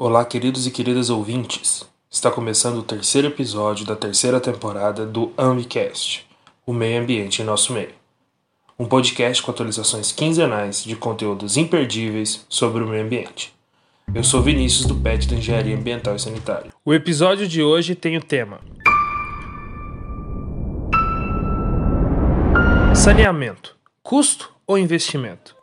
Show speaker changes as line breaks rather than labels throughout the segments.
Olá, queridos e queridas ouvintes. Está começando o terceiro episódio da terceira temporada do Ambicast, o meio ambiente em nosso meio. Um podcast com atualizações quinzenais de conteúdos imperdíveis sobre o meio ambiente. Eu sou Vinícius do PET da Engenharia Ambiental e Sanitária. O episódio de hoje tem o tema saneamento, custo ou investimento?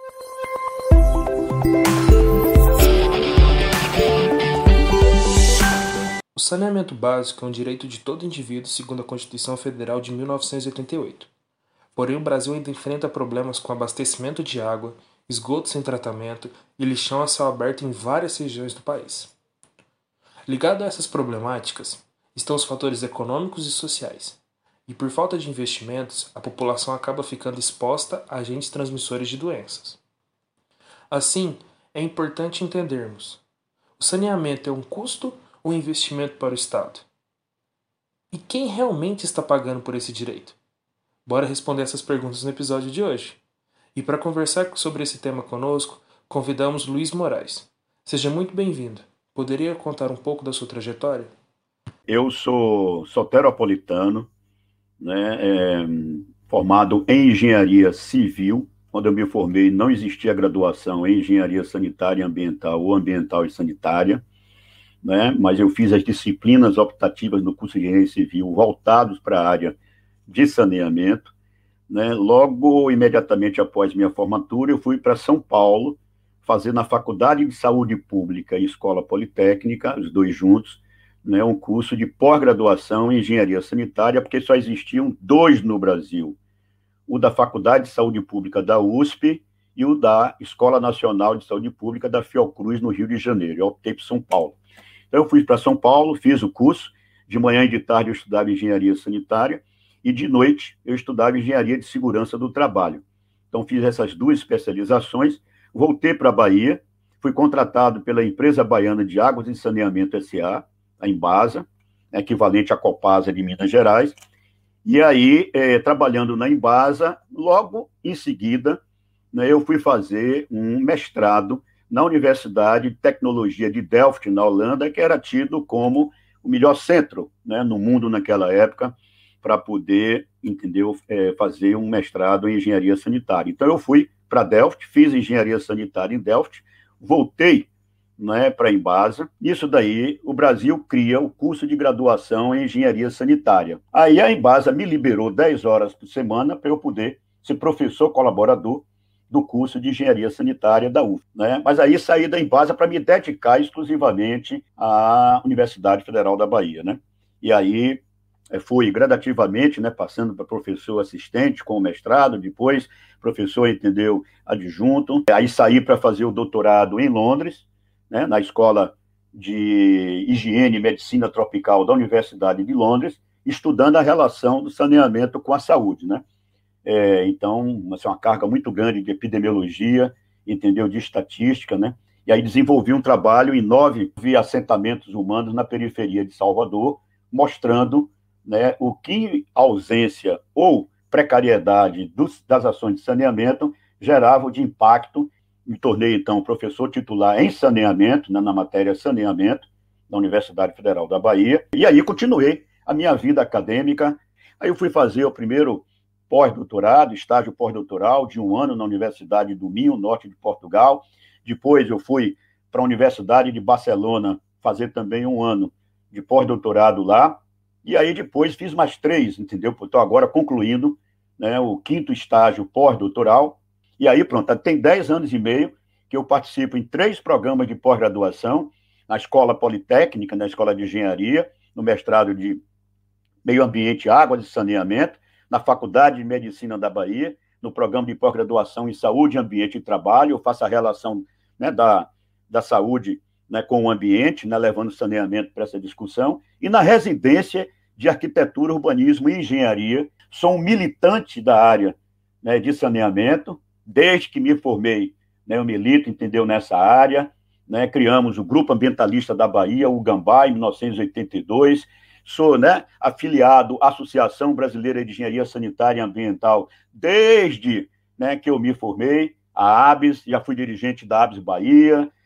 O saneamento básico é um direito de todo indivíduo segundo a Constituição Federal de 1988. Porém, o Brasil ainda enfrenta problemas com abastecimento de água, esgoto sem tratamento e lixão a céu aberto em várias regiões do país. Ligado a essas problemáticas estão os fatores econômicos e sociais. E por falta de investimentos, a população acaba ficando exposta a agentes transmissores de doenças. Assim, é importante entendermos: o saneamento é um custo ou investimento para o Estado? E quem realmente está pagando por esse direito? Bora responder essas perguntas no episódio de hoje. E para conversar sobre esse tema conosco, convidamos Luiz Moraes. Seja muito bem-vindo. Poderia contar um pouco da sua trajetória?
Eu sou soteropolitano, formado em engenharia civil. Quando eu me formei, não existia graduação em engenharia sanitária e ambiental ou ambiental e sanitária, mas eu fiz as disciplinas optativas no curso de engenharia civil voltados para a área de saneamento. Logo, imediatamente após minha formatura, eu fui para São Paulo fazer na Faculdade de Saúde Pública e Escola Politécnica, os dois juntos, um curso de pós-graduação em engenharia sanitária, porque só existiam dois no Brasil: o da Faculdade de Saúde Pública da USP e o da Escola Nacional de Saúde Pública da Fiocruz, no Rio de Janeiro. Eu optei por São Paulo. Então, eu fui para São Paulo, fiz o curso. De manhã e de tarde eu estudava engenharia sanitária e de noite eu estudava engenharia de segurança do trabalho. Então, fiz essas duas especializações, voltei para a Bahia, fui contratado pela Empresa Baiana de Águas e Saneamento S.A., a Embasa, equivalente à Copasa de Minas Gerais. E aí, trabalhando na Embasa, logo em seguida, eu fui fazer um mestrado na Universidade de Tecnologia de Delft, na Holanda, que era tido como o melhor centro, no mundo naquela época, para poder, fazer um mestrado em engenharia sanitária. Então, eu fui para Delft, fiz engenharia sanitária em Delft, voltei para a Embasa. Isso daí, o Brasil cria o curso de graduação em engenharia sanitária. Aí a Embasa me liberou 10 horas por semana para eu poder ser professor colaborador do curso de engenharia sanitária da UF. Mas aí saí da Embasa para me dedicar exclusivamente à Universidade Federal da Bahia. E aí fui gradativamente, passando para professor assistente com o mestrado, depois professor, adjunto. Aí saí para fazer o doutorado em Londres, na Escola de Higiene e Medicina Tropical da Universidade de Londres, estudando a relação do saneamento com a saúde. Então, uma carga muito grande de epidemiologia, de estatística, E aí desenvolvi um trabalho em 9 assentamentos humanos na periferia de Salvador, mostrando o que a ausência ou precariedade das ações de saneamento geravam de impacto. Me tornei, então, professor titular em saneamento, na matéria saneamento, da Universidade Federal da Bahia. E aí continuei a minha vida acadêmica. Aí eu fui fazer o primeiro pós-doutorado, estágio pós-doutoral de 1 ano na Universidade do Minho, norte de Portugal. Depois eu fui para a Universidade de Barcelona fazer também 1 ano de pós-doutorado lá. E aí depois fiz mais 3, Estou agora concluindo o 5º estágio pós-doutoral. E aí, pronto, tem 10 anos e meio que eu participo em 3 programas de pós-graduação, na Escola Politécnica, na Escola de Engenharia, no mestrado de Meio Ambiente, Águas e Saneamento, na Faculdade de Medicina da Bahia, no programa de pós-graduação em Saúde, Ambiente e Trabalho. Eu faço a relação da saúde com o ambiente, levando saneamento para essa discussão, e na residência de Arquitetura, Urbanismo e Engenharia. Sou um militante da área de saneamento. Desde que me formei, eu milito, nessa área. Criamos o Grupo Ambientalista da Bahia, o Gambá, em 1982. Sou afiliado à Associação Brasileira de Engenharia Sanitária e Ambiental desde que eu me formei, a ABS, já fui dirigente da ABS Bahia,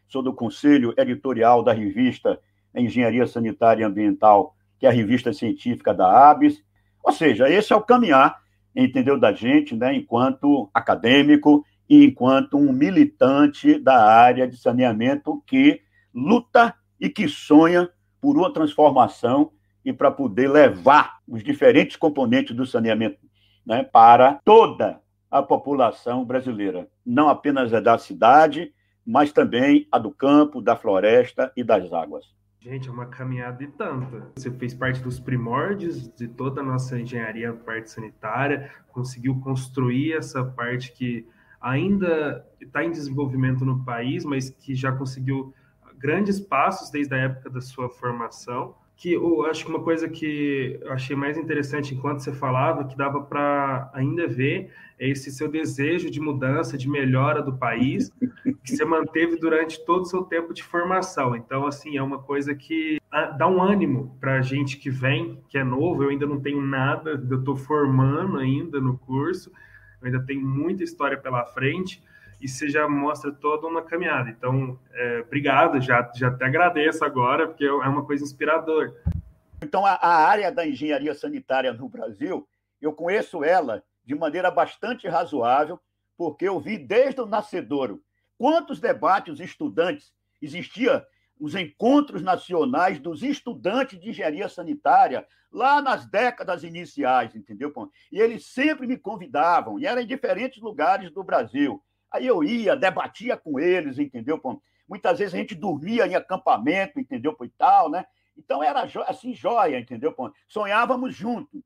sou do conselho editorial da revista Engenharia Sanitária e Ambiental, que é a revista científica da ABS. Ou seja, esse é o caminhar, entendeu, da gente, né, enquanto acadêmico e enquanto um militante da área de saneamento que luta e que sonha por uma transformação e para poder levar os diferentes componentes do saneamento, né, para toda a população brasileira, não apenas a da cidade, mas também a do campo, da floresta e das águas.
Gente, é uma caminhada e tanta. Você fez parte dos primórdios de toda a nossa engenharia, parte sanitária, conseguiu construir essa parte que ainda está em desenvolvimento no país, mas que já conseguiu grandes passos desde a época da sua formação. Que eu acho que uma coisa que eu achei mais interessante enquanto você falava, que dava para ainda ver, é esse seu desejo de mudança, de melhora do país, que você manteve durante todo o seu tempo de formação. Então, assim, é uma coisa que dá um ânimo para a gente que vem, que é novo. Eu ainda não tenho nada, eu estou formando ainda no curso, eu ainda tenho muita história pela frente, e você já mostra toda uma caminhada. Então, obrigado, já até agradeço agora, porque é uma coisa inspiradora.
Então, a área da engenharia sanitária no Brasil, eu conheço ela de maneira bastante razoável, porque eu vi desde o nascedouro quantos debates estudantes existia, os encontros nacionais dos estudantes de engenharia sanitária, lá nas décadas iniciais, entendeu? E eles sempre me convidavam, e era em diferentes lugares do Brasil. Aí eu ia, debatia com eles, entendeu? Muitas vezes a gente dormia em acampamento, entendeu? E tal, né? Então era assim, joia, entendeu? Sonhávamos junto,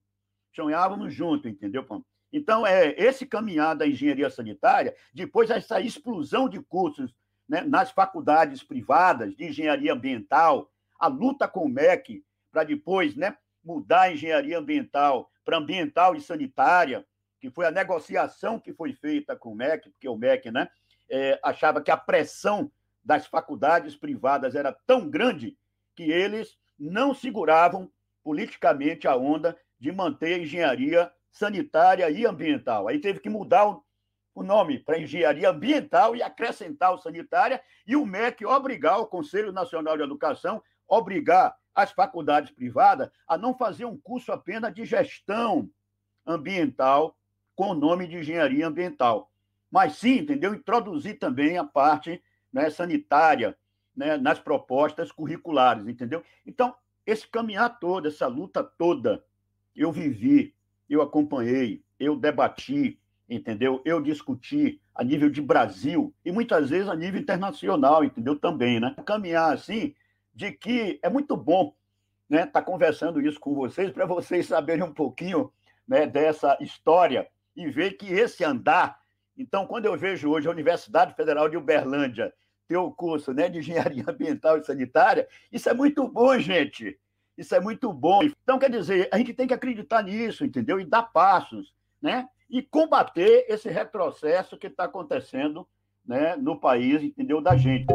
entendeu? Então, esse caminhar da engenharia sanitária, depois essa explosão de cursos, né, nas faculdades privadas de engenharia ambiental, a luta com o MEC para depois, né, mudar a engenharia ambiental para ambiental e sanitária, que foi a negociação que foi feita com o MEC, porque o MEC, né, achava que a pressão das faculdades privadas era tão grande que eles não seguravam politicamente a onda de manter a engenharia sanitária e ambiental. Aí teve que mudar o nome para engenharia ambiental e acrescentar o sanitária, e o MEC obrigar o Conselho Nacional de Educação, obrigar as faculdades privadas a não fazer um curso apenas de gestão ambiental com o nome de engenharia ambiental, mas sim, entendeu? Introduzir também a parte, né, sanitária, né, nas propostas curriculares, entendeu? Então, esse caminhar todo, essa luta toda, eu vivi, eu acompanhei, eu debati, entendeu? Eu discuti a nível de Brasil e muitas vezes a nível internacional, entendeu? Também, né? Caminhar assim, de que é muito bom, né, estar conversando isso com vocês, para vocês saberem um pouquinho, né, dessa história e ver que esse andar. Então, quando eu vejo hoje a Universidade Federal de Uberlândia ter o curso, né, de engenharia ambiental e sanitária, isso é muito bom, gente. Isso é muito bom. Então, quer dizer, a gente tem que acreditar nisso, entendeu? E dar passos, né? E combater esse retrocesso que está acontecendo, né, no país, entendeu, da gente.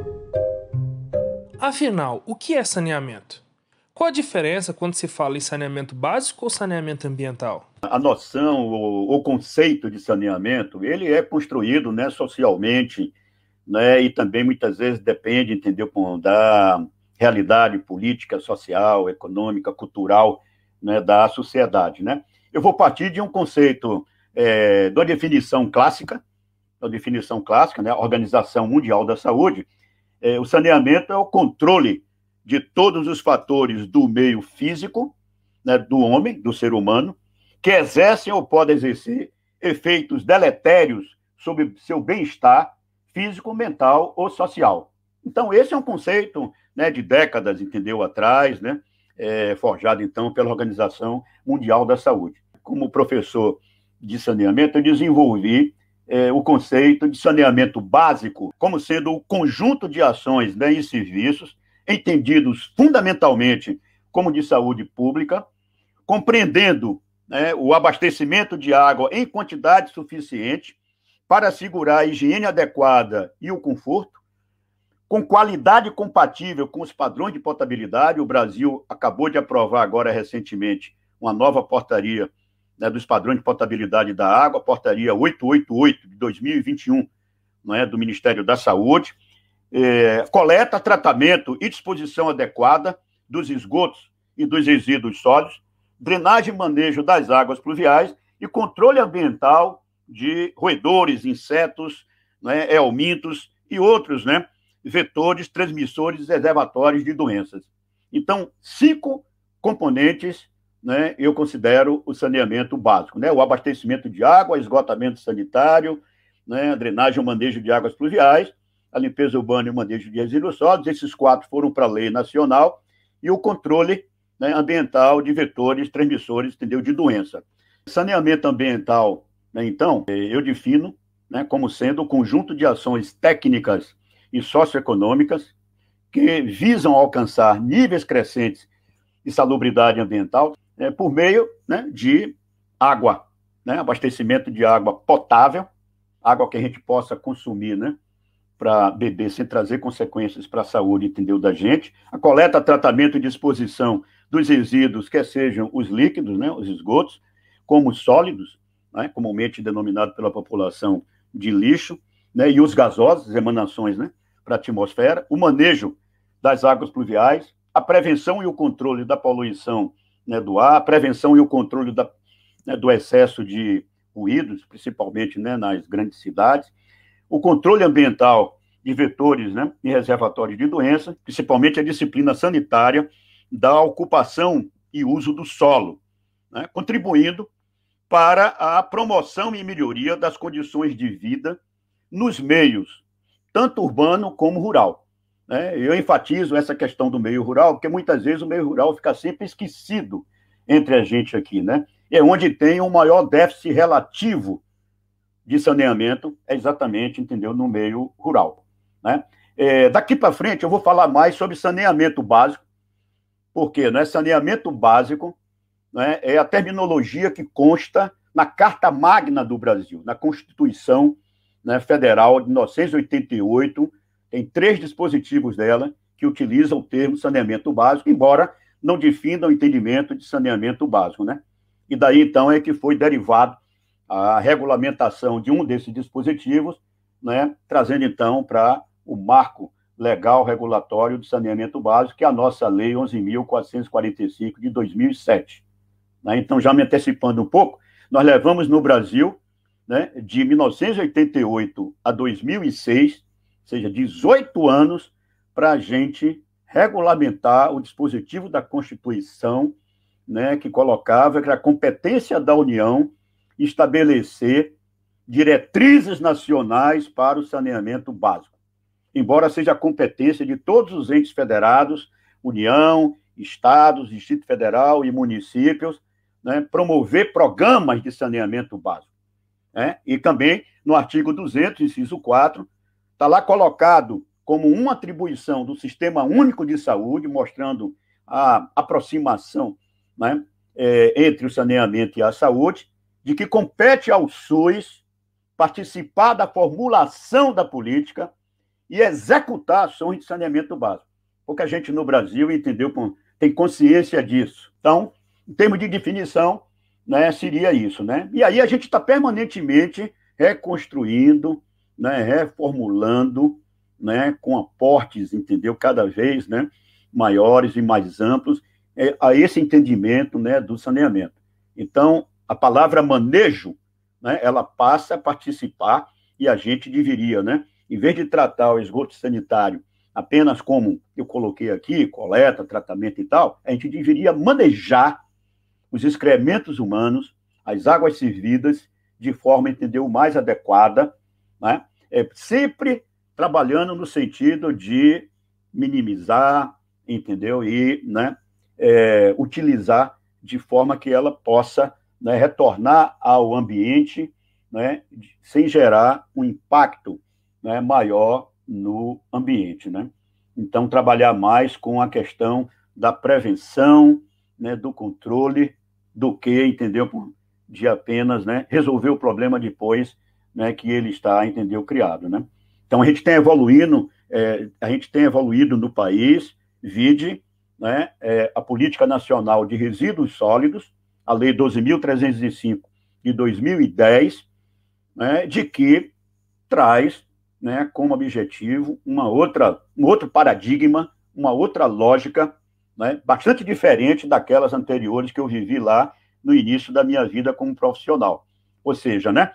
Afinal, o que é saneamento? Qual a diferença quando se fala em saneamento básico ou saneamento ambiental?
A noção, o conceito de saneamento, ele é construído, né, socialmente, né, e também muitas vezes depende, entendeu, da realidade política, social, econômica, cultural, né, da sociedade, né? Eu vou partir de um conceito, da definição clássica, né, Organização Mundial da Saúde. O saneamento é o controle de todos os fatores do meio físico, né, do homem, do ser humano, que exercem ou podem exercer efeitos deletérios sobre seu bem-estar físico, mental ou social. Então, esse é um conceito, né, de décadas, entendeu, atrás, né, forjado, então, pela Organização Mundial da Saúde. Como professor de saneamento, eu desenvolvi o conceito de saneamento básico como sendo o conjunto de ações, né, e serviços entendidos fundamentalmente como de saúde pública, compreendendo, né, o abastecimento de água em quantidade suficiente para assegurar a higiene adequada e o conforto, com qualidade compatível com os padrões de potabilidade. O Brasil acabou de aprovar agora recentemente uma nova portaria, né, dos padrões de potabilidade da água, a portaria 888 de 2021, não é, do Ministério da Saúde, coleta, tratamento e disposição adequada dos esgotos e dos resíduos sólidos, drenagem e manejo das águas pluviais e controle ambiental de roedores, insetos, né, helmintos e outros, né, vetores, transmissores e reservatórios de doenças. Então, 5 componentes, né, eu considero o saneamento básico, né, o abastecimento de água, esgotamento sanitário, né, a drenagem e o manejo de águas pluviais, a limpeza urbana e o manejo de resíduos sólidos. Esses 4 foram para a lei nacional, e o controle, né, ambiental de vetores, transmissores, entendeu, de doença. Saneamento ambiental, né, então, eu defino, né, como sendo o conjunto de ações técnicas e socioeconômicas que visam alcançar níveis crescentes de salubridade ambiental, por meio, né, de água, né, abastecimento de água potável, água que a gente possa consumir, né, para beber sem trazer consequências para a saúde, entendeu, da gente, a coleta, tratamento e disposição dos resíduos, quer sejam os líquidos, né, os esgotos, como os sólidos, né, comumente denominado pela população de lixo, né, e os gasosos, emanações, né, para a atmosfera, o manejo das águas pluviais, a prevenção e o controle da poluição, né, do ar, a prevenção e o controle né, do excesso de ruídos, principalmente, né, nas grandes cidades, o controle ambiental de vetores, né, e reservatórios de doença, principalmente a disciplina sanitária da ocupação e uso do solo, né, contribuindo para a promoção e melhoria das condições de vida nos meios, tanto urbano como rural. Né? Eu enfatizo essa questão do meio rural, porque muitas vezes o meio rural fica sempre esquecido entre a gente aqui, né? É onde tem um maior déficit relativo de saneamento, é exatamente, entendeu, no meio rural. Né? Daqui para frente eu vou falar mais sobre saneamento básico, porque, né, saneamento básico, né, é a terminologia que consta na Carta Magna do Brasil, na Constituição, né, Federal de 1988, tem 3 dispositivos dela que utilizam o termo saneamento básico, embora não definam o entendimento de saneamento básico, né? E daí, então, é que foi derivado a regulamentação de um desses dispositivos, né, trazendo, então, para o marco legal regulatório de saneamento básico, que é a nossa Lei 11.445 de 2007. Né? Então, já me antecipando um pouco, nós levamos no Brasil, né, de 1988 a 2006, ou seja, 18 anos, para a gente regulamentar o dispositivo da Constituição, né, que colocava que a competência da União estabelecer diretrizes nacionais para o saneamento básico. Embora seja a competência de todos os entes federados, União, Estados, Distrito Federal e municípios, né, promover programas de saneamento básico. Né? E também, no artigo 200, inciso 4, está lá colocado como uma atribuição do Sistema Único de Saúde, mostrando a aproximação, né, entre o saneamento e a saúde, de que compete ao SUS participar da formulação da política e executar ações de saneamento básico. Porque a gente no Brasil, entendeu, tem consciência disso. Então, em termos de definição, né, seria isso. Né? E aí a gente está permanentemente reconstruindo, né, reformulando, né, com aportes, entendeu, cada vez, né, maiores e mais amplos, a esse entendimento, né, do saneamento. Então, a palavra manejo, né, ela passa a participar e a gente deveria, né, em vez de tratar o esgoto sanitário apenas como eu coloquei aqui, coleta, tratamento e tal, a gente deveria manejar os excrementos humanos, as águas servidas, de forma, entendeu, mais adequada, né? Sempre trabalhando no sentido de minimizar, entendeu, e, né, utilizar de forma que ela possa, né, retornar ao ambiente, né, sem gerar um impacto, né, maior no ambiente, né? Então, trabalhar mais com a questão da prevenção, né, do controle, do que, entendeu, de apenas, né, resolver o problema depois, né, que ele está, entendeu, criado, né? Então, a gente tem evoluído no país, vide, né, a Política Nacional de Resíduos Sólidos, a Lei 12.305 de 2010, né, de que traz né, como objetivo um outro paradigma, uma outra lógica, né, bastante diferente daquelas anteriores que eu vivi lá no início da minha vida como profissional. Ou seja, né,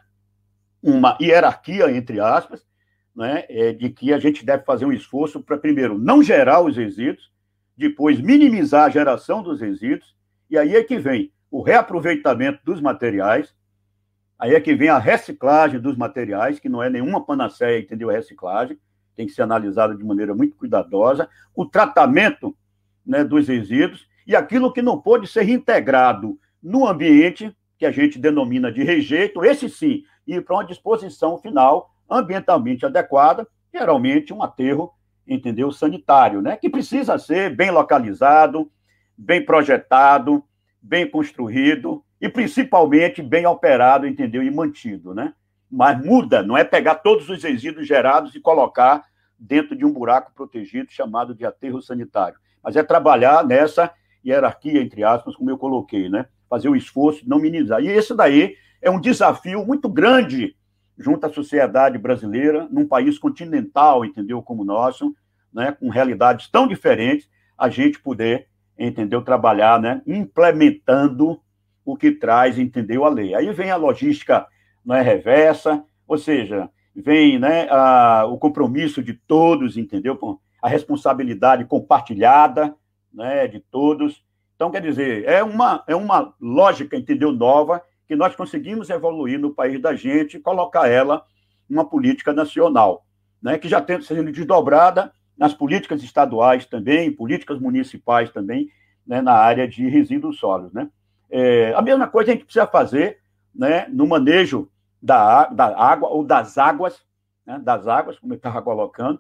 uma hierarquia, entre aspas, né, de que a gente deve fazer um esforço para, primeiro, não gerar os resíduos, depois minimizar a geração dos resíduos, e aí é que vem o reaproveitamento dos materiais, aí é que vem a reciclagem dos materiais, que não é nenhuma panaceia, entendeu? A reciclagem tem que ser analisada de maneira muito cuidadosa, o tratamento, né, dos resíduos, e aquilo que não pode ser reintegrado no ambiente, que a gente denomina de rejeito, esse sim, ir para uma disposição final ambientalmente adequada, geralmente um aterro, entendeu, sanitário, né, que precisa ser bem localizado, bem projetado, bem construído e principalmente bem operado, entendeu, e mantido, né? Mas muda, não é pegar todos os resíduos gerados e colocar dentro de um buraco protegido chamado de aterro sanitário, mas é trabalhar nessa hierarquia, entre aspas, como eu coloquei, né? Fazer o esforço de não minimizar. E esse daí é um desafio muito grande junto à sociedade brasileira, num país continental, entendeu, como o nosso, né, com realidades tão diferentes, a gente poder, entendeu, trabalhar, né, implementando o que traz, entendeu, a lei. Aí vem a logística, né, reversa, ou seja, vem, né, o compromisso de todos, entendeu, com a responsabilidade compartilhada, né, de todos. Então, quer dizer, é uma lógica, entendeu, nova, que nós conseguimos evoluir no país da gente e colocar ela numa política nacional, né, que já tem sendo desdobrada nas políticas estaduais também, políticas municipais também, né, na área de resíduos sólidos, né. A mesma coisa a gente precisa fazer, né, no manejo da água ou das águas, né, como eu estava colocando,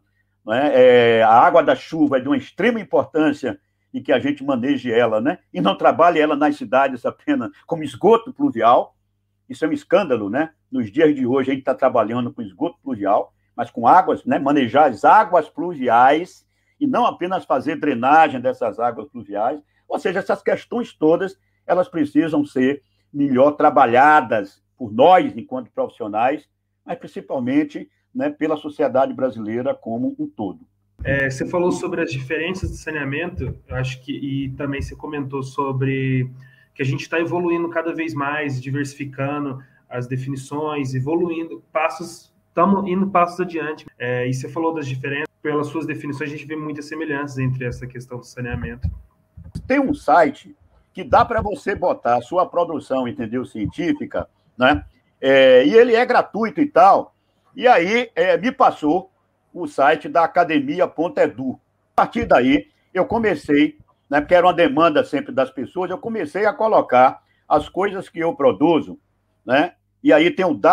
né, a água da chuva é de uma extrema importância e que a gente maneje ela, né, e não trabalhe ela nas cidades apenas como esgoto pluvial. Isso é um escândalo, né? Nos dias de hoje a gente está trabalhando com esgoto pluvial, mas com águas, né, manejar as águas pluviais e não apenas fazer drenagem dessas águas pluviais. Ou seja, essas questões todas, elas precisam ser melhor trabalhadas por nós, enquanto profissionais, mas principalmente, né, pela sociedade brasileira como um todo.
Você falou sobre as diferenças de saneamento, eu acho que, e também você comentou sobre que a gente está evoluindo cada vez mais, diversificando as definições, evoluindo, estamos indo passos adiante. E você falou das diferenças, pelas suas definições, a gente vê muitas semelhanças entre essa questão do saneamento.
Tem um site que dá para você botar a sua produção, entendeu, científica, né? E ele é gratuito e tal. E aí me passou o site da academia.edu. A partir daí, eu comecei, né, porque era uma demanda sempre das pessoas, eu comecei a colocar as coisas que eu produzo, né? E aí tem o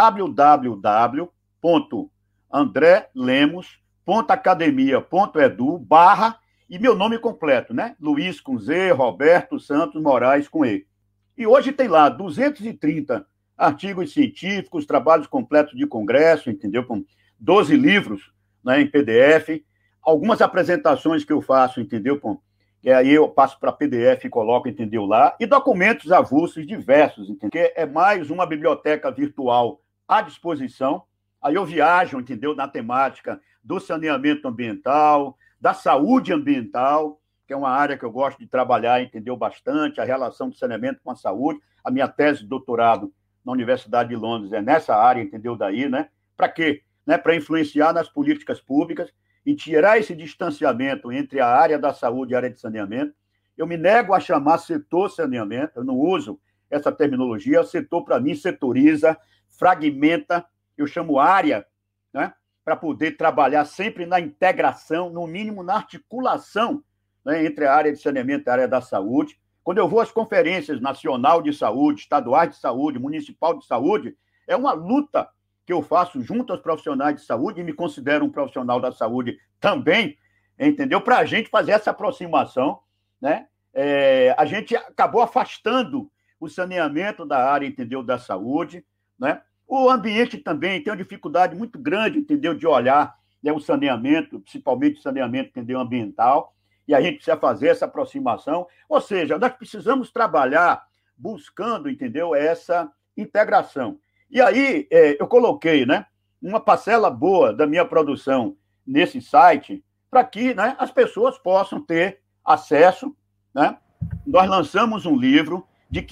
www.andrelemos.academia.edu/ e meu nome completo, né? Luiz com Z, Roberto Santos Moraes com E. E hoje tem lá 230 artigos científicos, trabalhos completos de congresso, entendeu? Com 12 livros, né, em PDF, algumas apresentações que eu faço, entendeu? E aí eu passo para PDF e coloco, entendeu, lá, e documentos avulsos diversos, entendeu? Que é mais uma biblioteca virtual à disposição. Aí eu viajo, entendeu, na temática do saneamento ambiental, da saúde ambiental, que é uma área que eu gosto de trabalhar, entendeu, bastante, a relação do saneamento com a saúde. A minha tese de doutorado na Universidade de Londres é nessa área, entendeu, daí, né? Para quê? Né, para influenciar nas políticas públicas e tirar esse distanciamento entre a área da saúde e a área de saneamento. Eu me nego a chamar setor saneamento, eu não uso essa terminologia. O setor, para mim, setoriza, fragmenta, eu chamo área, né, para poder trabalhar sempre na integração, no mínimo na articulação, né, entre a área de saneamento e a área da saúde. Quando eu vou às conferências nacional de saúde, estaduais de saúde, municipal de saúde, é uma luta que eu faço junto aos profissionais de saúde, e me considero um profissional da saúde também, entendeu? Para a gente fazer essa aproximação, né? A gente acabou afastando o saneamento da área, entendeu, da saúde, né? O ambiente também tem uma dificuldade muito grande, entendeu, de olhar, né, o saneamento, principalmente o saneamento, entendeu, ambiental, e a gente precisa fazer essa aproximação. Ou seja, nós precisamos trabalhar buscando, entendeu, essa integração. E aí eu coloquei, né, uma parcela boa da minha produção nesse site para que, né, as pessoas possam ter acesso, né? Nós lançamos um livro de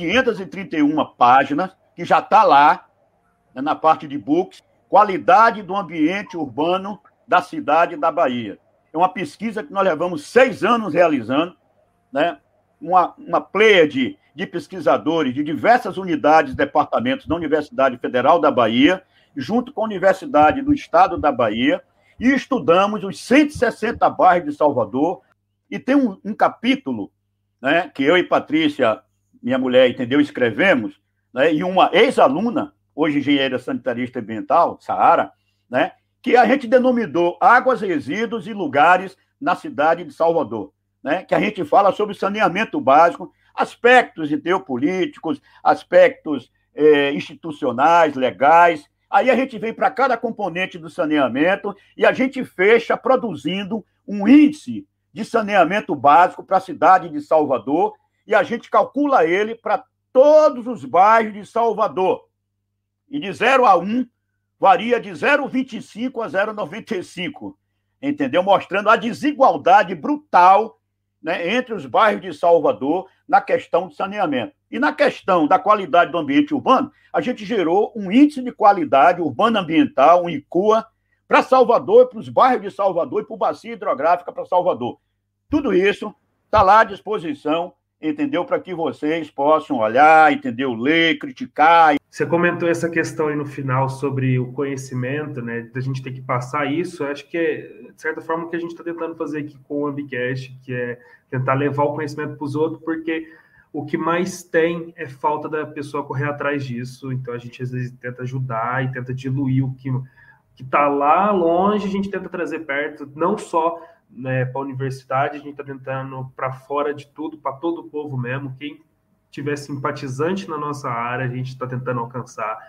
531 páginas, que já está lá, né, na parte de books, Qualidade do Ambiente Urbano da Cidade da Bahia. É uma pesquisa que nós levamos 6 anos realizando, né? Uma pleiade de pesquisadores de diversas unidades e departamentos da Universidade Federal da Bahia, junto com a Universidade do Estado da Bahia, e estudamos os 160 bairros de Salvador, e tem um capítulo, né, que eu e Patrícia, minha mulher, entendeu, escrevemos, né, e uma ex-aluna, hoje engenheira sanitarista ambiental, Saara, né, que a gente denominou Águas, Resíduos e Lugares na cidade de Salvador, né, que a gente fala sobre saneamento básico, aspectos políticos, aspectos institucionais, legais. Aí a gente vem para cada componente do saneamento e a gente fecha produzindo um índice de saneamento básico para a cidade de Salvador e a gente calcula ele para todos os bairros de Salvador. E de 0 a 1, varia de 0,25 a 0,95, entendeu? Mostrando a desigualdade brutal, né, entre os bairros de Salvador na questão de saneamento. E na questão da qualidade do ambiente urbano, a gente gerou um índice de qualidade urbana ambiental, um ICUA, para Salvador, para os bairros de Salvador e para a bacia hidrográfica para Salvador. Tudo isso está lá à disposição, entendeu? Para que vocês possam olhar, entendeu? Ler, criticar.
Você comentou essa questão aí no final sobre o conhecimento, né? Da gente ter que passar isso. Eu acho que é, de certa forma, o que a gente está tentando fazer aqui com o Ambicast, que é tentar levar o conhecimento para os outros, porque o que mais tem é falta da pessoa correr atrás disso. Então, a gente, às vezes, tenta ajudar e tenta diluir o que está lá longe, a gente tenta trazer perto, não só, né, para a universidade, a gente está tentando para fora de tudo, para todo o povo mesmo. Quem tiver simpatizante na nossa área, a gente está tentando alcançar.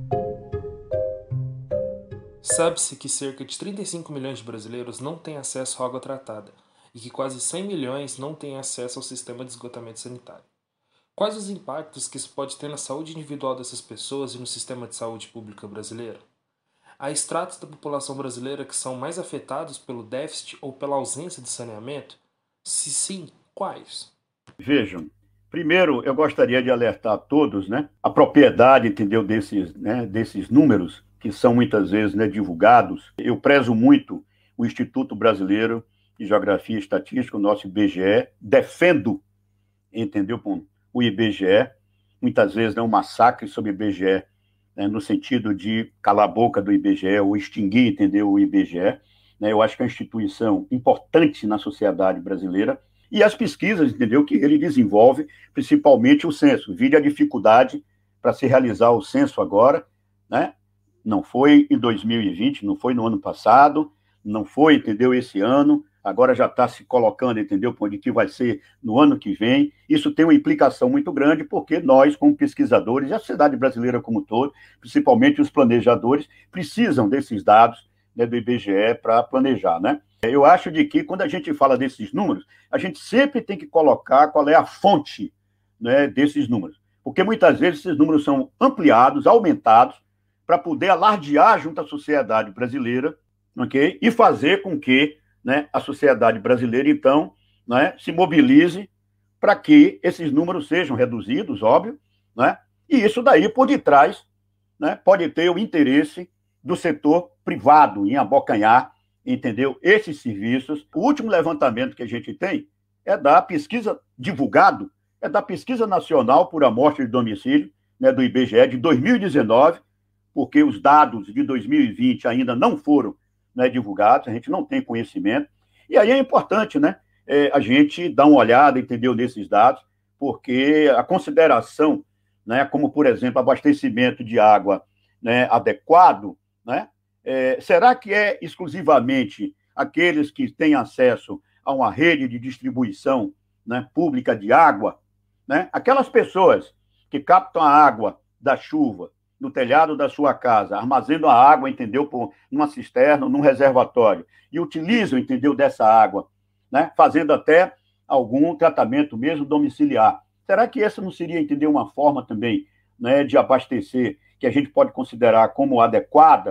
Sabe-se que cerca de 35 milhões de brasileiros não têm acesso à água tratada e que quase 100 milhões não têm acesso ao sistema de esgotamento sanitário. Quais os impactos que isso pode ter na saúde individual dessas pessoas e no sistema de saúde pública brasileiro? Há estratos da população brasileira que são mais afetados pelo déficit ou pela ausência de saneamento? Se sim, quais?
Vejam, primeiro eu gostaria de alertar a todos, né, a propriedade, entendeu, desses números que são muitas vezes, né, divulgados. Eu prezo muito o Instituto Brasileiro de Geografia e Estatística, o nosso IBGE, defendo, entendeu, o IBGE, muitas vezes é um massacre sobre o IBGE, né, no sentido de calar a boca do IBGE ou extinguir, entendeu, o IBGE. Né, eu acho que é uma instituição importante na sociedade brasileira, e as pesquisas, entendeu, que ele desenvolve, principalmente o censo. Vide a dificuldade para se realizar o censo agora, né? Não foi em 2020, não foi no ano passado, não foi, entendeu, esse ano, agora já está se colocando, entendeu, onde que vai ser no ano que vem. Isso tem uma implicação muito grande, porque nós, como pesquisadores, e a sociedade brasileira como um todo, principalmente os planejadores, precisam desses dados, né, do IBGE para planejar, né? Eu acho de que, quando a gente fala desses números, a gente sempre tem que colocar qual é a fonte, né, desses números. Porque muitas vezes esses números são ampliados, aumentados, para poder alardear junto à sociedade brasileira, okay? E fazer com que, né, a sociedade brasileira, então, né, se mobilize para que esses números sejam reduzidos, óbvio, né? E isso daí, por detrás, né, pode ter o interesse do setor privado em abocanhar, entendeu, esses serviços. O último levantamento que a gente tem é da pesquisa divulgado, é da Pesquisa Nacional por Amostra de Domicílio, né, do IBGE, de 2019, porque os dados de 2020 ainda não foram, né, divulgados, a gente não tem conhecimento. E aí é importante, né, a gente dar uma olhada, entendeu, nesses dados, porque a consideração, né, como, por exemplo, abastecimento de água, né, adequado, né, será que é exclusivamente aqueles que têm acesso a uma rede de distribuição, né, pública de água, né? Aquelas pessoas que captam a água da chuva no telhado da sua casa, armazenam a água, entendeu, numa cisterna, num reservatório, e utilizam, entendeu, dessa água, né, fazendo até algum tratamento mesmo domiciliar. Será que essa não seria, entendeu, uma forma também, né, de abastecer, que a gente pode considerar como adequada,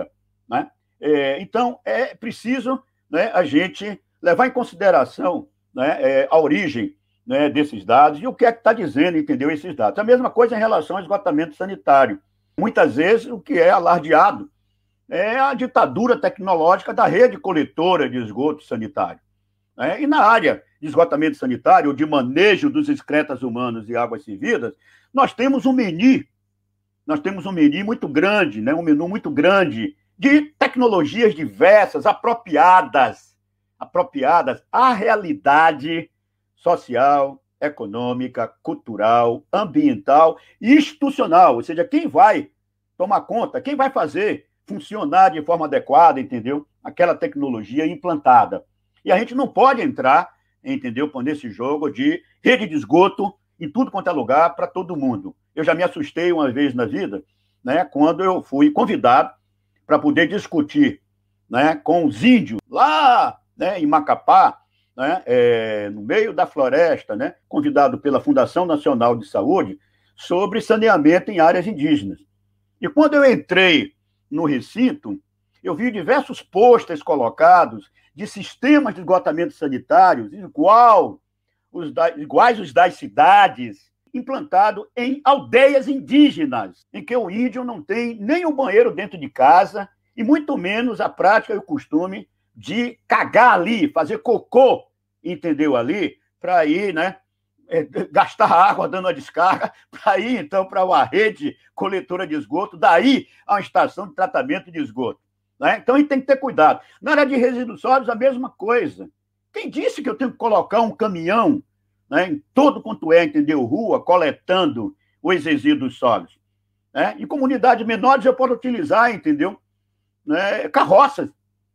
né? Então, é preciso, né, a gente levar em consideração, né, a origem, né, desses dados e o que é que está dizendo, entendeu, esses dados. A mesma coisa em relação ao esgotamento sanitário. Muitas vezes, o que é alardeado é a ditadura tecnológica da rede coletora de esgoto sanitário. E na área de esgotamento sanitário, ou de manejo dos excretas humanos e águas servidas, nós temos um menu muito grande, né? Um menu muito grande de tecnologias diversas, apropriadas à realidade social, econômica, cultural, ambiental e institucional. Ou seja, quem vai tomar conta, quem vai fazer funcionar de forma adequada, entendeu? Aquela tecnologia implantada. E a gente não pode entrar, entendeu, nesse jogo de rede de esgoto em tudo quanto é lugar para todo mundo. Eu já me assustei uma vez na vida, né, quando eu fui convidado para poder discutir, né, com os índios lá, né, em Macapá, né, no meio da floresta, né, convidado pela Fundação Nacional de Saúde, sobre saneamento em áreas indígenas. E quando eu entrei no recinto, eu vi diversos pôsteres colocados de sistemas de esgotamento sanitários iguais os das cidades, implantado em aldeias indígenas, em que o índio não tem nem um banheiro dentro de casa e muito menos a prática e o costume de cagar ali, fazer cocô, entendeu, ali, para ir, né, gastar água dando a descarga, para ir, então, para uma rede coletora de esgoto, daí a uma estação de tratamento de esgoto. Né? Então, a gente tem que ter cuidado. Na área de resíduos sólidos, a mesma coisa. Quem disse que eu tenho que colocar um caminhão, né, em todo quanto entendeu, rua, coletando os resíduos sólidos? Em comunidades menores, eu posso utilizar, entendeu, né, carroças.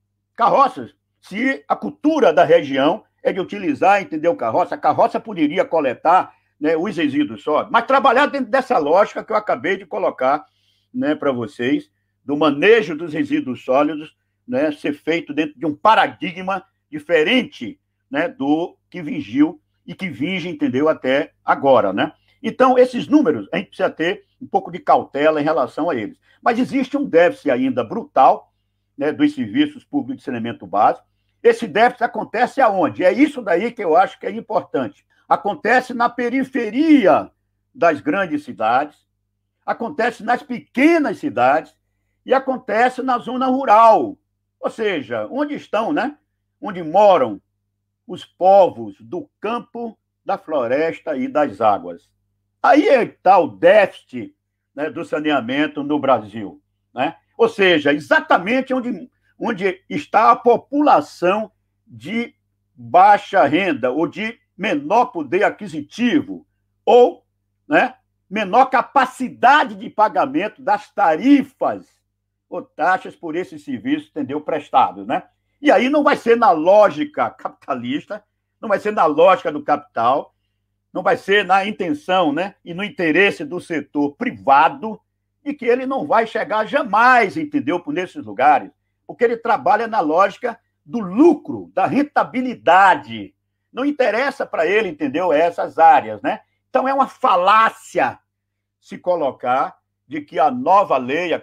Se a cultura da região é de utilizar, entendeu, carroça, a carroça poderia coletar, né, os resíduos sólidos, mas trabalhar dentro dessa lógica que eu acabei de colocar, né, para vocês, do manejo dos resíduos sólidos, né, ser feito dentro de um paradigma diferente, né, do que vigiu e que vinge, entendeu, até agora, né? Então, esses números, a gente precisa ter um pouco de cautela em relação a eles. Mas existe um déficit ainda brutal, né, dos serviços públicos de saneamento básico. Esse déficit acontece aonde? É isso daí que eu acho que é importante. Acontece na periferia das grandes cidades, acontece nas pequenas cidades e acontece na zona rural. Ou seja, onde estão, né? Onde moram os povos do campo, da floresta e das águas. Aí está o déficit, né, do saneamento no Brasil. Né? Ou seja, exatamente onde está a população de baixa renda ou de menor poder aquisitivo ou, né, menor capacidade de pagamento das tarifas ou taxas por esses serviços, entendeu, prestados, né? E aí não vai ser na lógica capitalista, não vai ser na lógica do capital, não vai ser na intenção, né, e no interesse do setor privado, e que ele não vai chegar jamais, entendeu, por nesses lugares, porque ele trabalha na lógica do lucro, da rentabilidade. Não interessa para ele, entendeu, essas áreas, né? Então é uma falácia se colocar de que a nova lei, a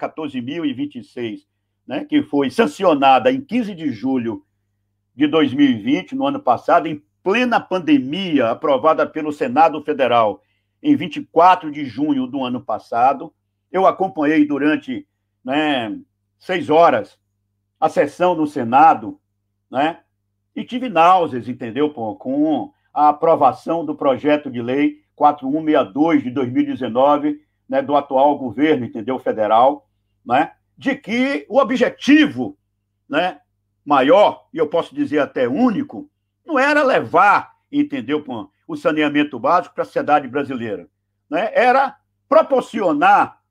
14.026, né, que foi sancionada em 15 de julho de 2020, no ano passado, em plena pandemia, aprovada pelo Senado Federal em 24 de junho do ano passado. Eu acompanhei durante, né, 6 horas a sessão no Senado, né, e tive náuseas, entendeu, com a aprovação do projeto de lei 4162 de 2019, né, do atual governo, entendeu, federal, né, de que o objetivo, né, maior, e eu posso dizer até único, não era levar, entendeu, o saneamento básico para a sociedade brasileira, né, era proporcionar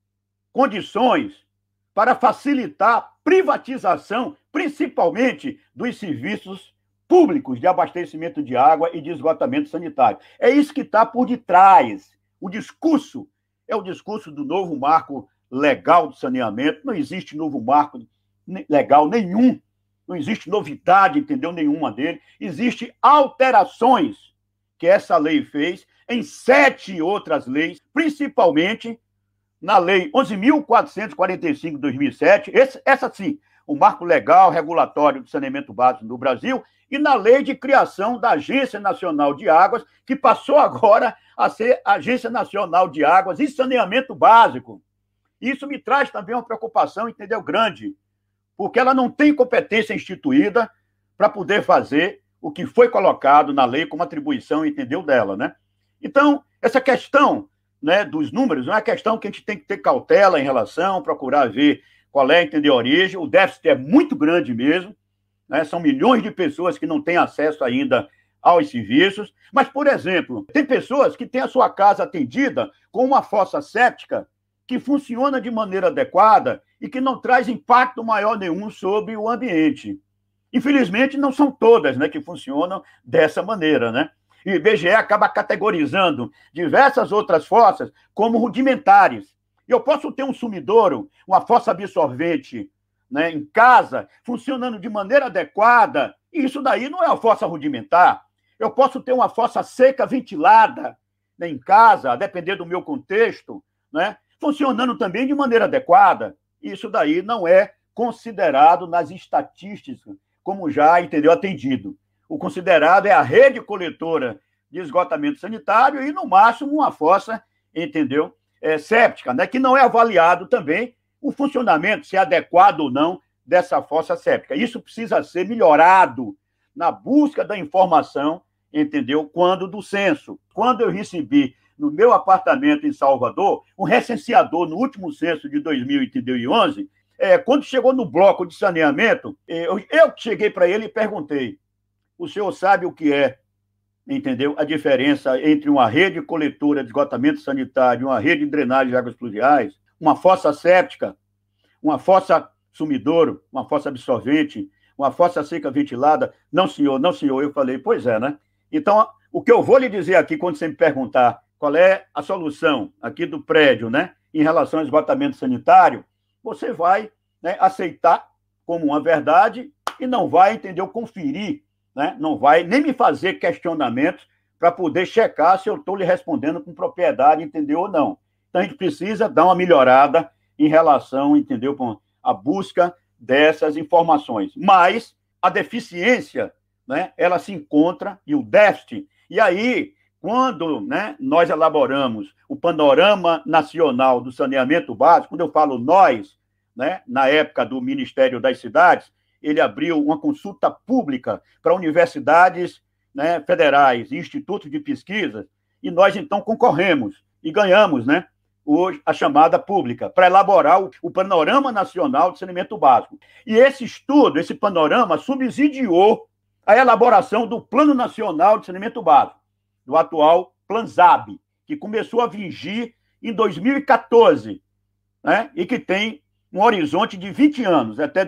condições para facilitar a privatização, principalmente dos serviços públicos de abastecimento de água e de esgotamento sanitário. É isso que está por detrás. O discurso é o discurso do novo marco legal do saneamento. Não existe novo marco legal nenhum. Não existe novidade, entendeu, nenhuma dele. Existem alterações que essa lei fez em 7 outras leis, principalmente na Lei 11.445 de 2007, essa sim, o marco legal regulatório do saneamento básico no Brasil, e na lei de criação da Agência Nacional de Águas, que passou agora a ser Agência Nacional de Águas e Saneamento Básico. Isso me traz também uma preocupação, entendeu, grande, porque ela não tem competência instituída para poder fazer o que foi colocado na lei como atribuição, entendeu, dela, né? Então, essa questão, né, dos números, é uma questão que a gente tem que ter cautela em relação, procurar ver qual é, entendeu, a origem. O déficit é muito grande mesmo, né? São milhões de pessoas que não têm acesso ainda aos serviços. Mas, por exemplo, tem pessoas que têm a sua casa atendida com uma fossa séptica que funciona de maneira adequada e que não traz impacto maior nenhum sobre o ambiente. Infelizmente, não são todas, né, que funcionam dessa maneira, né? E o IBGE acaba categorizando diversas outras fossas como rudimentares. Eu posso ter um sumidouro, uma fossa absorvente, né, em casa, funcionando de maneira adequada, e isso daí não é uma fossa rudimentar. Eu posso ter uma fossa seca ventilada, né, em casa, a depender do meu contexto, né, funcionando também de maneira adequada. Isso daí não é considerado nas estatísticas como já, entendeu, atendido. O considerado é a rede coletora de esgotamento sanitário e, no máximo, uma fossa, entendeu, séptica, né, que não é avaliado também o funcionamento, se é adequado ou não dessa fossa séptica. Isso precisa ser melhorado na busca da informação, entendeu, quando do censo. Quando eu recebi no meu apartamento em Salvador, um recenseador no último censo de 2011, quando chegou no bloco de saneamento, eu cheguei para ele e perguntei: o senhor sabe o que é, entendeu, a diferença entre uma rede coletora de esgotamento sanitário e uma rede de drenagem de águas pluviais, uma fossa séptica, uma fossa sumidouro, uma fossa absorvente, uma fossa seca ventilada? Não, senhor, não, senhor. Eu falei: pois é, né? Então, o que eu vou lhe dizer aqui, quando você me perguntar qual é a solução aqui do prédio, né, em relação ao esgotamento sanitário, você vai, né, aceitar como uma verdade e não vai, entendeu, conferir, né, não vai nem me fazer questionamentos para poder checar se eu estou lhe respondendo com propriedade, entendeu, ou não. Então, a gente precisa dar uma melhorada em relação, entendeu, com a busca dessas informações. Mas a deficiência, né, ela se encontra, e o déficit, e aí, quando, né, nós elaboramos o Panorama Nacional do Saneamento Básico, quando eu falo nós, né, na época do Ministério das Cidades, ele abriu uma consulta pública para universidades, né, federais e institutos de pesquisa, e nós, então, concorremos e ganhamos, né, hoje a chamada pública, para elaborar o Panorama Nacional de Saneamento Básico. E esse estudo, esse panorama, subsidiou a elaboração do Plano Nacional de Saneamento Básico, do atual PLANSAB, que começou a vigir em 2014, né, e que tem um horizonte de 20 anos, até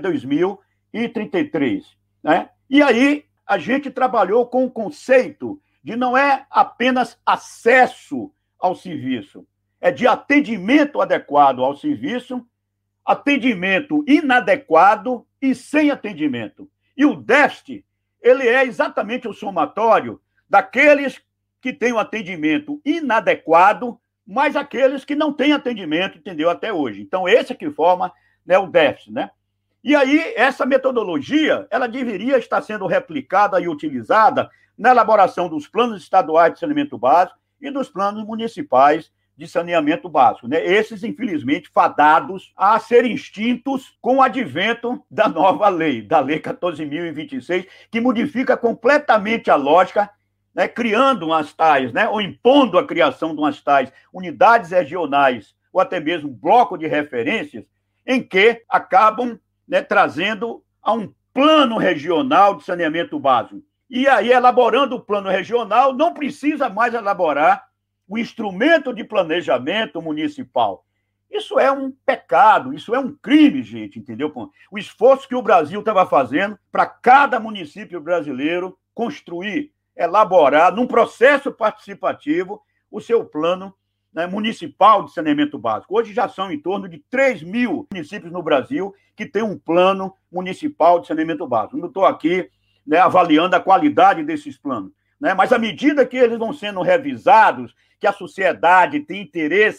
2033. Né? E aí a gente trabalhou com o conceito de não é apenas acesso ao serviço, é de atendimento adequado ao serviço, atendimento inadequado e sem atendimento. E o déficit, ele é exatamente o somatório daqueles que têm o atendimento inadequado, mas aqueles que não têm atendimento, entendeu, até hoje. Então, esse é que forma, né, o déficit, né? E aí, essa metodologia, ela deveria estar sendo replicada e utilizada na elaboração dos planos estaduais de saneamento básico e dos planos municipais de saneamento básico, né? Esses, infelizmente, fadados a serem extintos com o advento da nova lei, da Lei 14.026, que modifica completamente a lógica, né, criando umas tais, né, ou impondo a criação de umas tais unidades regionais, ou até mesmo bloco de referências, em que acabam, né, trazendo a um plano regional de saneamento básico. E aí, elaborando o plano regional, não precisa mais elaborar o instrumento de planejamento municipal. Isso é um pecado, isso é um crime, gente, entendeu? O esforço que o Brasil estava fazendo para cada município brasileiro construir, elaborar, num processo participativo, o seu plano, né, municipal de saneamento básico. Hoje já são em torno de 3 mil municípios no Brasil que têm um plano municipal de saneamento básico. Não estou aqui, né, avaliando a qualidade desses planos, né, mas à medida que eles vão sendo revisados, que a sociedade tem interesse,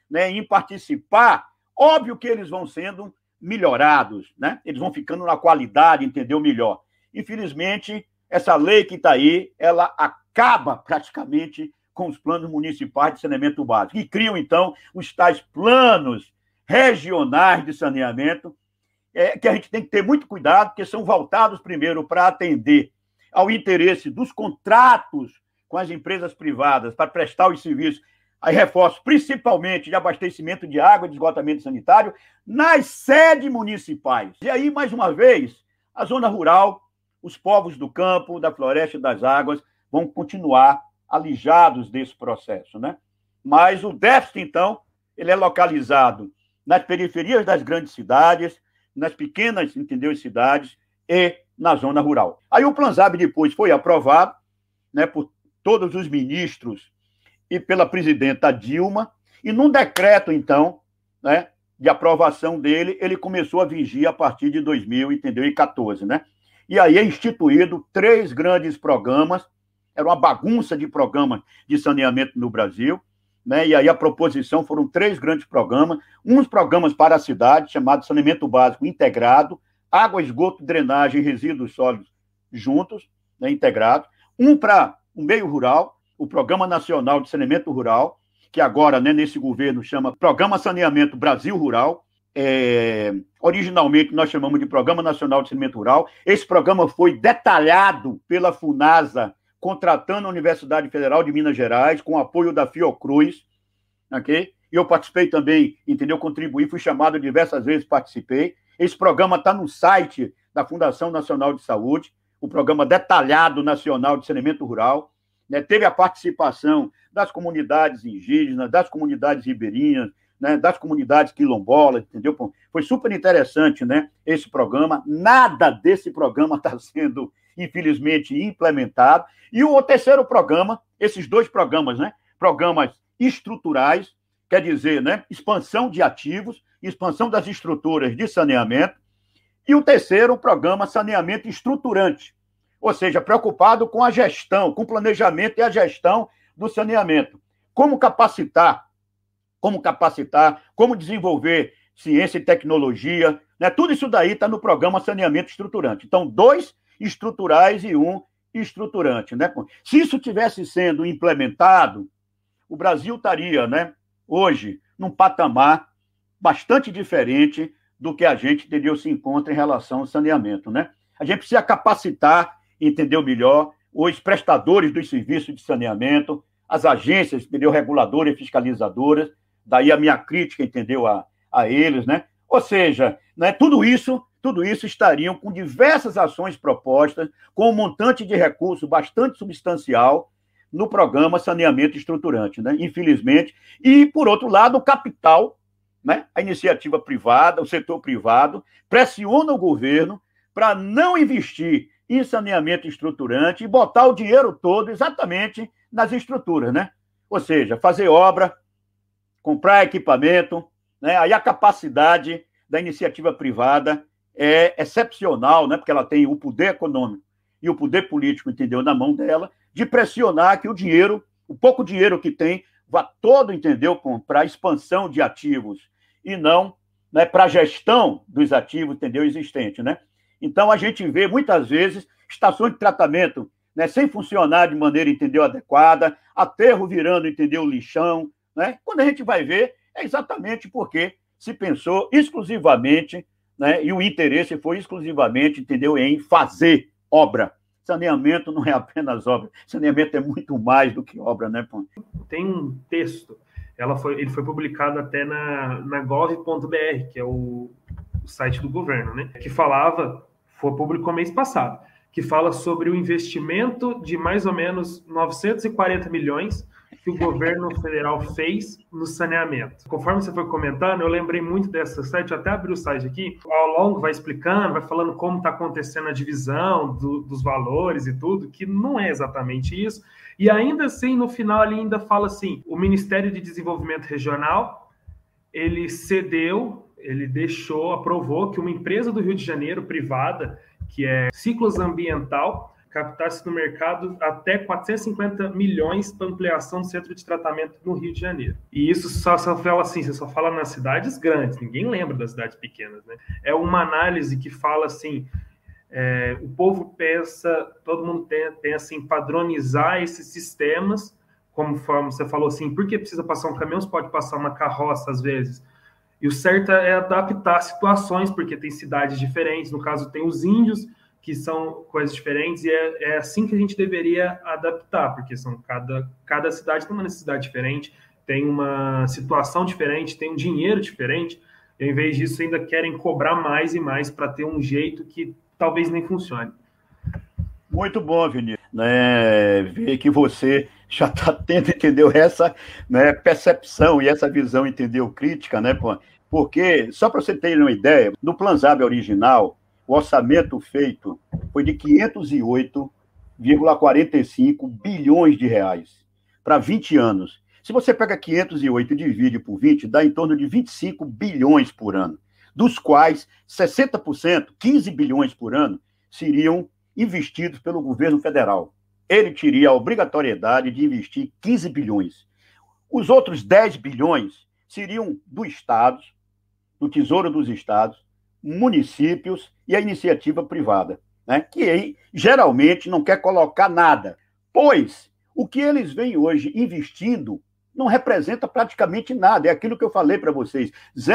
né, em participar, óbvio que eles vão sendo melhorados, né? Eles vão ficando na qualidade, entendeu, melhor. Infelizmente, essa lei que está aí, ela acaba praticamente com os planos municipais de saneamento básico, e criam, então, os tais planos regionais de saneamento, que a gente tem que ter muito cuidado, porque são voltados, primeiro, para atender ao interesse dos contratos com as empresas privadas para prestar os serviços, aí reforço, principalmente de abastecimento de água e de esgotamento sanitário, nas sedes municipais. E aí, mais uma vez, a zona rural, os povos do campo, da floresta e das águas vão continuar alijados desse processo, né? Mas o déficit, então, ele é localizado nas periferias das grandes cidades, nas pequenas, entendeu, cidades e na zona rural. Aí o Planzab depois foi aprovado, né, por todos os ministros e pela presidenta Dilma, e num decreto, então, né, de aprovação dele, ele começou a vigir a partir de 2014, né? E aí é instituído 3 grandes programas, era uma bagunça de programas de saneamento no Brasil, né? E aí a proposição foram 3 grandes programas, uns programas para a cidade, chamado Saneamento Básico Integrado, água, esgoto, drenagem e resíduos sólidos juntos, né, integrados, um para o meio rural, o Programa Nacional de Saneamento Rural, que agora, né, nesse governo, chama Programa Saneamento Brasil Rural. Originalmente, nós chamamos de Programa Nacional de Saneamento Rural. Esse programa foi detalhado pela FUNASA, contratando a Universidade Federal de Minas Gerais, com apoio da Fiocruz, ok? E eu participei também, entendeu? Contribuí, fui chamado diversas vezes, participei. Esse programa está no site da Fundação Nacional de Saúde, o Programa Detalhado Nacional de Saneamento Rural, né? Teve a participação das comunidades indígenas, das comunidades ribeirinhas, né? Das comunidades quilombolas, entendeu? Foi super interessante, né, esse programa. Nada desse programa está sendo, infelizmente, implementado. E o terceiro programa, esses 2 programas, né, programas estruturais, quer dizer, né, expansão de ativos, expansão das estruturas de saneamento, e o terceiro, o programa saneamento estruturante, ou seja, preocupado com a gestão, com o planejamento e a gestão do saneamento. Como capacitar, como desenvolver ciência e tecnologia, né? Tudo isso daí está no programa saneamento estruturante. Então, 2 estruturais e 1 estruturante, né? Se isso tivesse sendo implementado, o Brasil estaria, né, hoje, num patamar bastante diferente do que a gente, entendeu, se encontra em relação ao saneamento, né? A gente precisa capacitar, entendeu, melhor, os prestadores dos serviços de saneamento, as agências, entendeu, reguladoras e fiscalizadoras, daí a minha crítica, entendeu, a eles, né? Ou seja, né, tudo isso estariam com diversas ações propostas, com um montante de recursos bastante substancial no programa Saneamento Estruturante, né? Infelizmente. E, por outro lado, o capital, né, a iniciativa privada, o setor privado, pressiona o governo para não investir em saneamento estruturante e botar o dinheiro todo exatamente nas estruturas, né? Ou seja, fazer obra, comprar equipamento, né? Aí a capacidade da iniciativa privada é excepcional, né? Porque ela tem o poder econômico e o poder político, entendeu, na mão dela, de pressionar que o dinheiro, o pouco dinheiro que tem, vá todo, entendeu, para a expansão de ativos e não, né, para a gestão dos ativos, entendeu, existentes, né? Então, a gente vê, muitas vezes, estações de tratamento, né, sem funcionar de maneira, entendeu, adequada, aterro virando, entendeu, lixão, né? Quando a gente vai ver, é exatamente porque se pensou exclusivamente, né, e o interesse foi exclusivamente, entendeu, em fazer obra. Saneamento não é apenas obra, saneamento é muito mais do que obra, né, Pão?
Tem um texto, ele foi publicado até na gov.br, que é o site do governo, né, que falava, foi publicado mês passado, que fala sobre o investimento de mais ou menos 940 milhões que o governo federal fez no saneamento. Conforme você foi comentando, eu lembrei muito dessa site, eu até abri o site aqui, ao longo vai explicando, vai falando como está acontecendo a divisão dos valores e tudo, que não é exatamente isso. E ainda assim, no final, ele ainda fala assim, o Ministério de Desenvolvimento Regional, ele cedeu, ele deixou, aprovou que uma empresa do Rio de Janeiro, privada, que é Ciclos Ambiental, captasse no mercado até 450 milhões para ampliação do centro de tratamento no Rio de Janeiro. E isso só fala assim, você só fala nas cidades grandes, ninguém lembra das cidades pequenas, né? É uma análise que fala assim, o povo pensa, todo mundo pensa em padronizar esses sistemas, como você falou assim, por que precisa passar um caminhão, você pode passar uma carroça às vezes. E o certo é adaptar situações, porque tem cidades diferentes, no caso tem os índios, que são coisas diferentes, e é assim que a gente deveria adaptar, porque cada cidade tem uma necessidade diferente, tem uma situação diferente, tem um dinheiro diferente, e ao invés disso ainda querem cobrar mais e mais para ter um jeito que talvez nem funcione.
Muito bom, Vinícius. Ver que você já está tendo, entendeu, essa, né, percepção e essa visão, entendeu, crítica, né, porque, só para você ter uma ideia, no Planzab original, o orçamento feito foi de 508,45 bilhões de reais para 20 anos. Se você pega 508 e divide por 20, dá em torno de 25 bilhões por ano, dos quais 60%, 15 bilhões por ano, seriam investidos pelo governo federal. Ele teria a obrigatoriedade de investir 15 bilhões. Os outros 10 bilhões seriam do Estado, do Tesouro dos Estados, municípios e a iniciativa privada, né? Que aí, geralmente não quer colocar nada, pois o que eles vêm hoje investindo não representa praticamente nada. É aquilo que eu falei para vocês,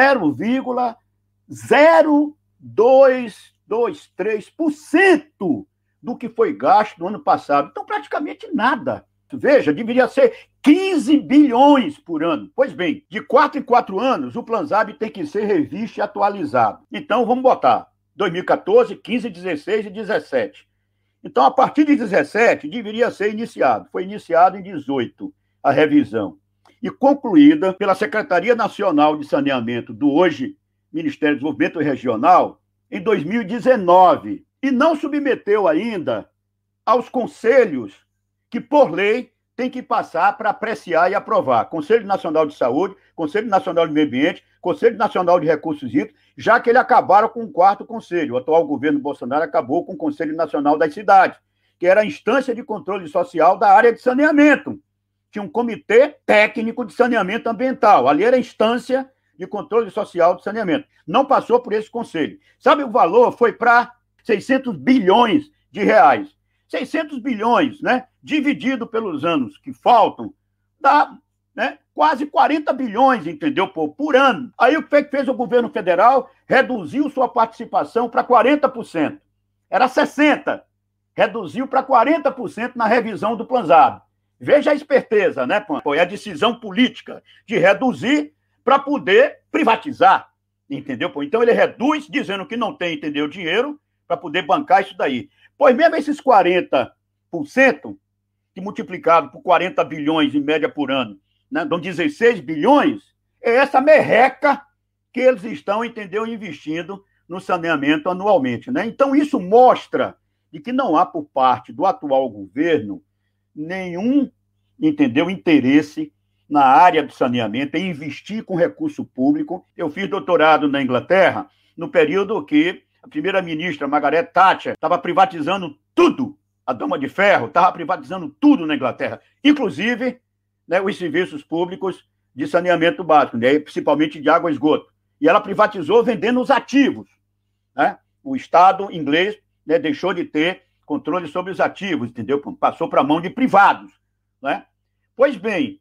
0,0223% do que foi gasto no ano passado. Então, praticamente nada. Veja, deveria ser 15 bilhões por ano. Pois bem, de 4 em 4 anos, o Planzab tem que ser revisto e atualizado. Então, vamos botar 2014, 15, 16 e 17. Então, a partir de 17, deveria ser iniciado. Foi iniciado em 18, a revisão. E concluída pela Secretaria Nacional de Saneamento do hoje Ministério do Desenvolvimento Regional em 2019. E não submeteu ainda aos conselhos que, por lei, tem que passar para apreciar e aprovar. Conselho Nacional de Saúde, Conselho Nacional de Meio Ambiente, Conselho Nacional de Recursos Hídricos, já que eles acabaram com o 4º conselho. O atual governo Bolsonaro acabou com o Conselho Nacional das Cidades, que era a instância de controle social da área de saneamento. Tinha um comitê técnico de saneamento ambiental. Ali era a instância de controle social de saneamento. Não passou por esse conselho. Sabe, o valor foi para 600 bilhões de reais. 600 bilhões, né, dividido pelos anos que faltam, dá, né, quase 40 bilhões, entendeu, por ano. Aí o que fez o governo federal? Reduziu sua participação para 40%. Era 60%. Reduziu para 40% na revisão do Planzab. Veja a esperteza, né, Foi a decisão política de reduzir para poder privatizar, entendeu? Então ele reduz, dizendo que não tem, entendeu, dinheiro para poder bancar isso daí. Pois mesmo esses 40%, que multiplicado por 40 bilhões em média por ano, né, dão 16 bilhões, é essa merreca que eles estão, entendeu, investindo no saneamento anualmente, né? Então isso mostra de que não há por parte do atual governo nenhum, entendeu, interesse na área do saneamento, em investir com recurso público. Eu fiz doutorado na Inglaterra no período que a primeira-ministra Margaret Thatcher estava privatizando tudo. A Dama de Ferro estava privatizando tudo na Inglaterra, inclusive, né, os serviços públicos de saneamento básico, né, principalmente de água e esgoto. E ela privatizou vendendo os ativos, né? O Estado inglês, né, deixou de ter controle sobre os ativos, entendeu? Passou para a mão de privados, né? Pois bem,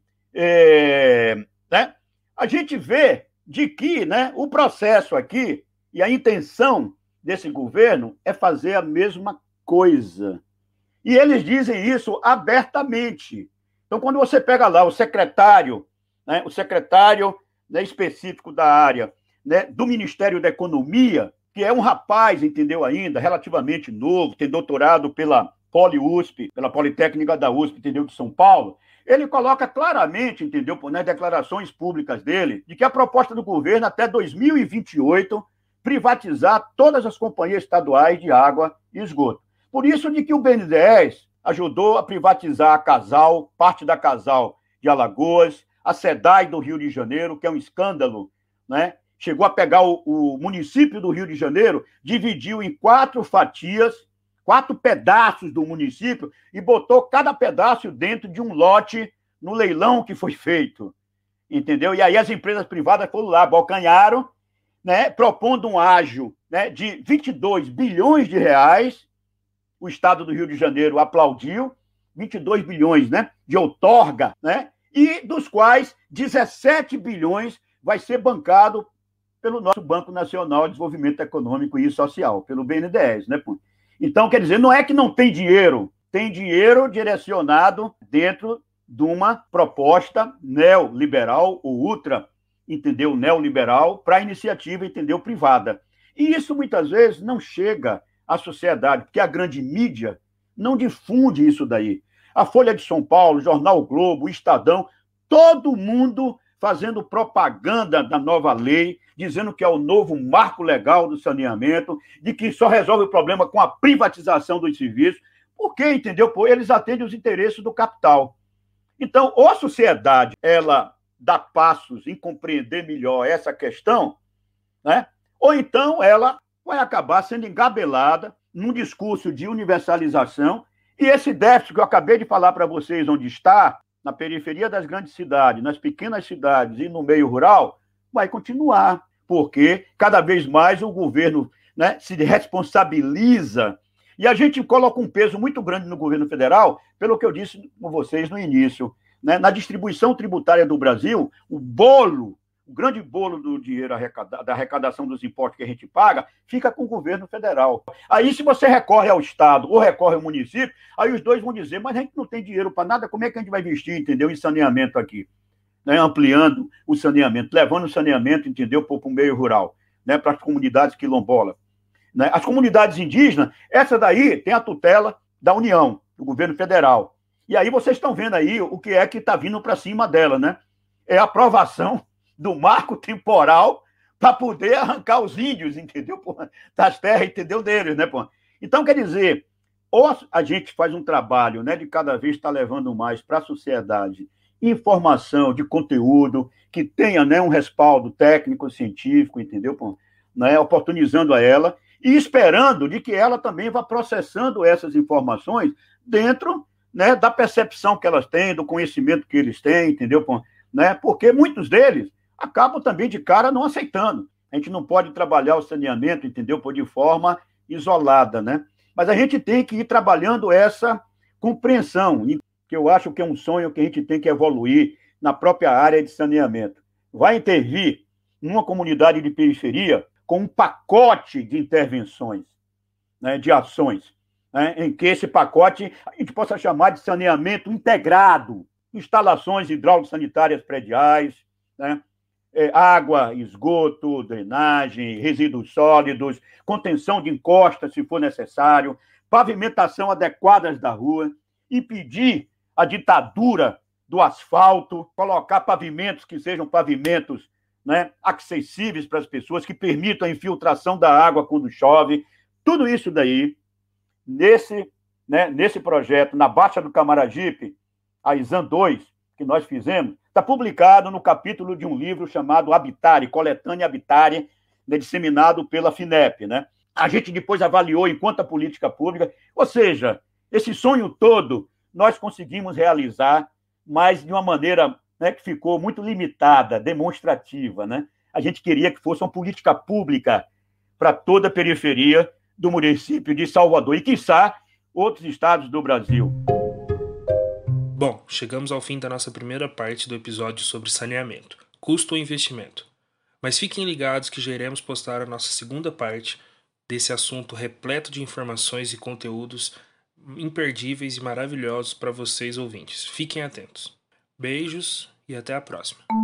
né, a gente vê de que, né, o processo aqui e a intenção desse governo é fazer a mesma coisa. E eles dizem isso abertamente. Então, quando você pega lá o secretário, né, né, específico da área, né, do Ministério da Economia, que é um rapaz, entendeu, ainda, relativamente novo, tem doutorado pela Poli-USP, pela Politécnica da USP, entendeu, de São Paulo, ele coloca claramente, entendeu, nas declarações públicas dele, de que a proposta do governo até 2028 privatizar todas as companhias estaduais de água e esgoto. Por isso de que o BNDES ajudou a privatizar a Casal, parte da Casal de Alagoas, a SEDAI do Rio de Janeiro, que é um escândalo, né? Chegou a pegar o município do Rio de Janeiro, dividiu em 4 fatias 4 pedaços do município e botou cada pedaço dentro de um lote no leilão que foi feito, entendeu? E aí as empresas privadas foram lá, abocanharam, né, propondo um ágio, né, de 22 bilhões de reais. O Estado do Rio de Janeiro aplaudiu, 22 bilhões, né, de outorga, né, e dos quais 17 bilhões vai ser bancado pelo nosso Banco Nacional de Desenvolvimento Econômico e Social, pelo BNDES, né? Então, quer dizer, não é que não tem dinheiro direcionado dentro de uma proposta neoliberal ou ultra, entendeu, neoliberal, para a iniciativa, entendeu, privada. E isso, muitas vezes, não chega à sociedade, porque a grande mídia não difunde isso daí. A Folha de São Paulo, o Jornal o Globo, o Estadão, todo mundo fazendo propaganda da nova lei, dizendo que é o novo marco legal do saneamento, de que só resolve o problema com a privatização dos serviços, porque, entendeu? Pô, eles atendem os interesses do capital. Então, ou a sociedade ela dá passos em compreender melhor essa questão, né? Ou então ela vai acabar sendo engabelada num discurso de universalização, e esse déficit que eu acabei de falar para vocês onde está, na periferia das grandes cidades, nas pequenas cidades e no meio rural, vai continuar, porque cada vez mais o governo, né, se responsabiliza. E a gente coloca um peso muito grande no governo federal, pelo que eu disse com vocês no início, né? Na distribuição tributária do Brasil, o grande bolo do dinheiro da arrecadação dos impostos que a gente paga, fica com o governo federal. Aí, se você recorre ao Estado ou recorre ao município, aí os dois vão dizer, mas a gente não tem dinheiro para nada, como é que a gente vai investir, entendeu, em saneamento aqui? Né? Ampliando o saneamento, levando o saneamento, entendeu, para o meio rural, né? Para as comunidades quilombolas. Né? As comunidades indígenas, essa daí tem a tutela da União, do governo federal. E aí vocês estão vendo aí o que é que está vindo para cima dela, né? É a aprovação do marco temporal para poder arrancar os índios, entendeu? Pô? Das terras, entendeu, deles, né? Pô? Então, quer dizer, ou a gente faz um trabalho, né, de cada vez estar levando mais para a sociedade informação de conteúdo que tenha, né, um respaldo técnico, científico, entendeu? Pô? Né, oportunizando a ela e esperando de que ela também vá processando essas informações dentro, né, da percepção que elas têm, do conhecimento que eles têm, entendeu? Pô? Né? Porque muitos deles acabam também de cara não aceitando. A gente não pode trabalhar o saneamento, entendeu? De forma isolada, né? Mas a gente tem que ir trabalhando essa compreensão, que eu acho que é um sonho que a gente tem que evoluir na própria área de saneamento. Vai intervir numa comunidade de periferia com um pacote de intervenções, né, de ações, né, em que esse pacote a gente possa chamar de saneamento integrado, instalações hidráulicas sanitárias prediais, né, água, esgoto, drenagem, resíduos sólidos, contenção de encostas, se for necessário, pavimentação adequada da rua, impedir a ditadura do asfalto, colocar pavimentos que sejam pavimentos, né, acessíveis para as pessoas, que permitam a infiltração da água quando chove. Tudo isso daí, nesse projeto, na Baixa do Camaragipe, a ISAN 2, que nós fizemos, está publicado no capítulo de um livro chamado Habitare, Coletânea Habitare, né, disseminado pela FINEP, né? A gente depois avaliou enquanto a política pública, ou seja, esse sonho todo nós conseguimos realizar, mas de uma maneira, né, que ficou muito limitada, demonstrativa, né? A gente queria que fosse uma política pública para toda a periferia do município de Salvador e, quiçá, outros estados do Brasil.
Bom, chegamos ao fim da nossa primeira parte do episódio sobre saneamento, custo ou investimento. Mas fiquem ligados que já iremos postar a nossa segunda parte desse assunto repleto de informações e conteúdos imperdíveis e maravilhosos para vocês ouvintes. Fiquem atentos. Beijos e até a próxima.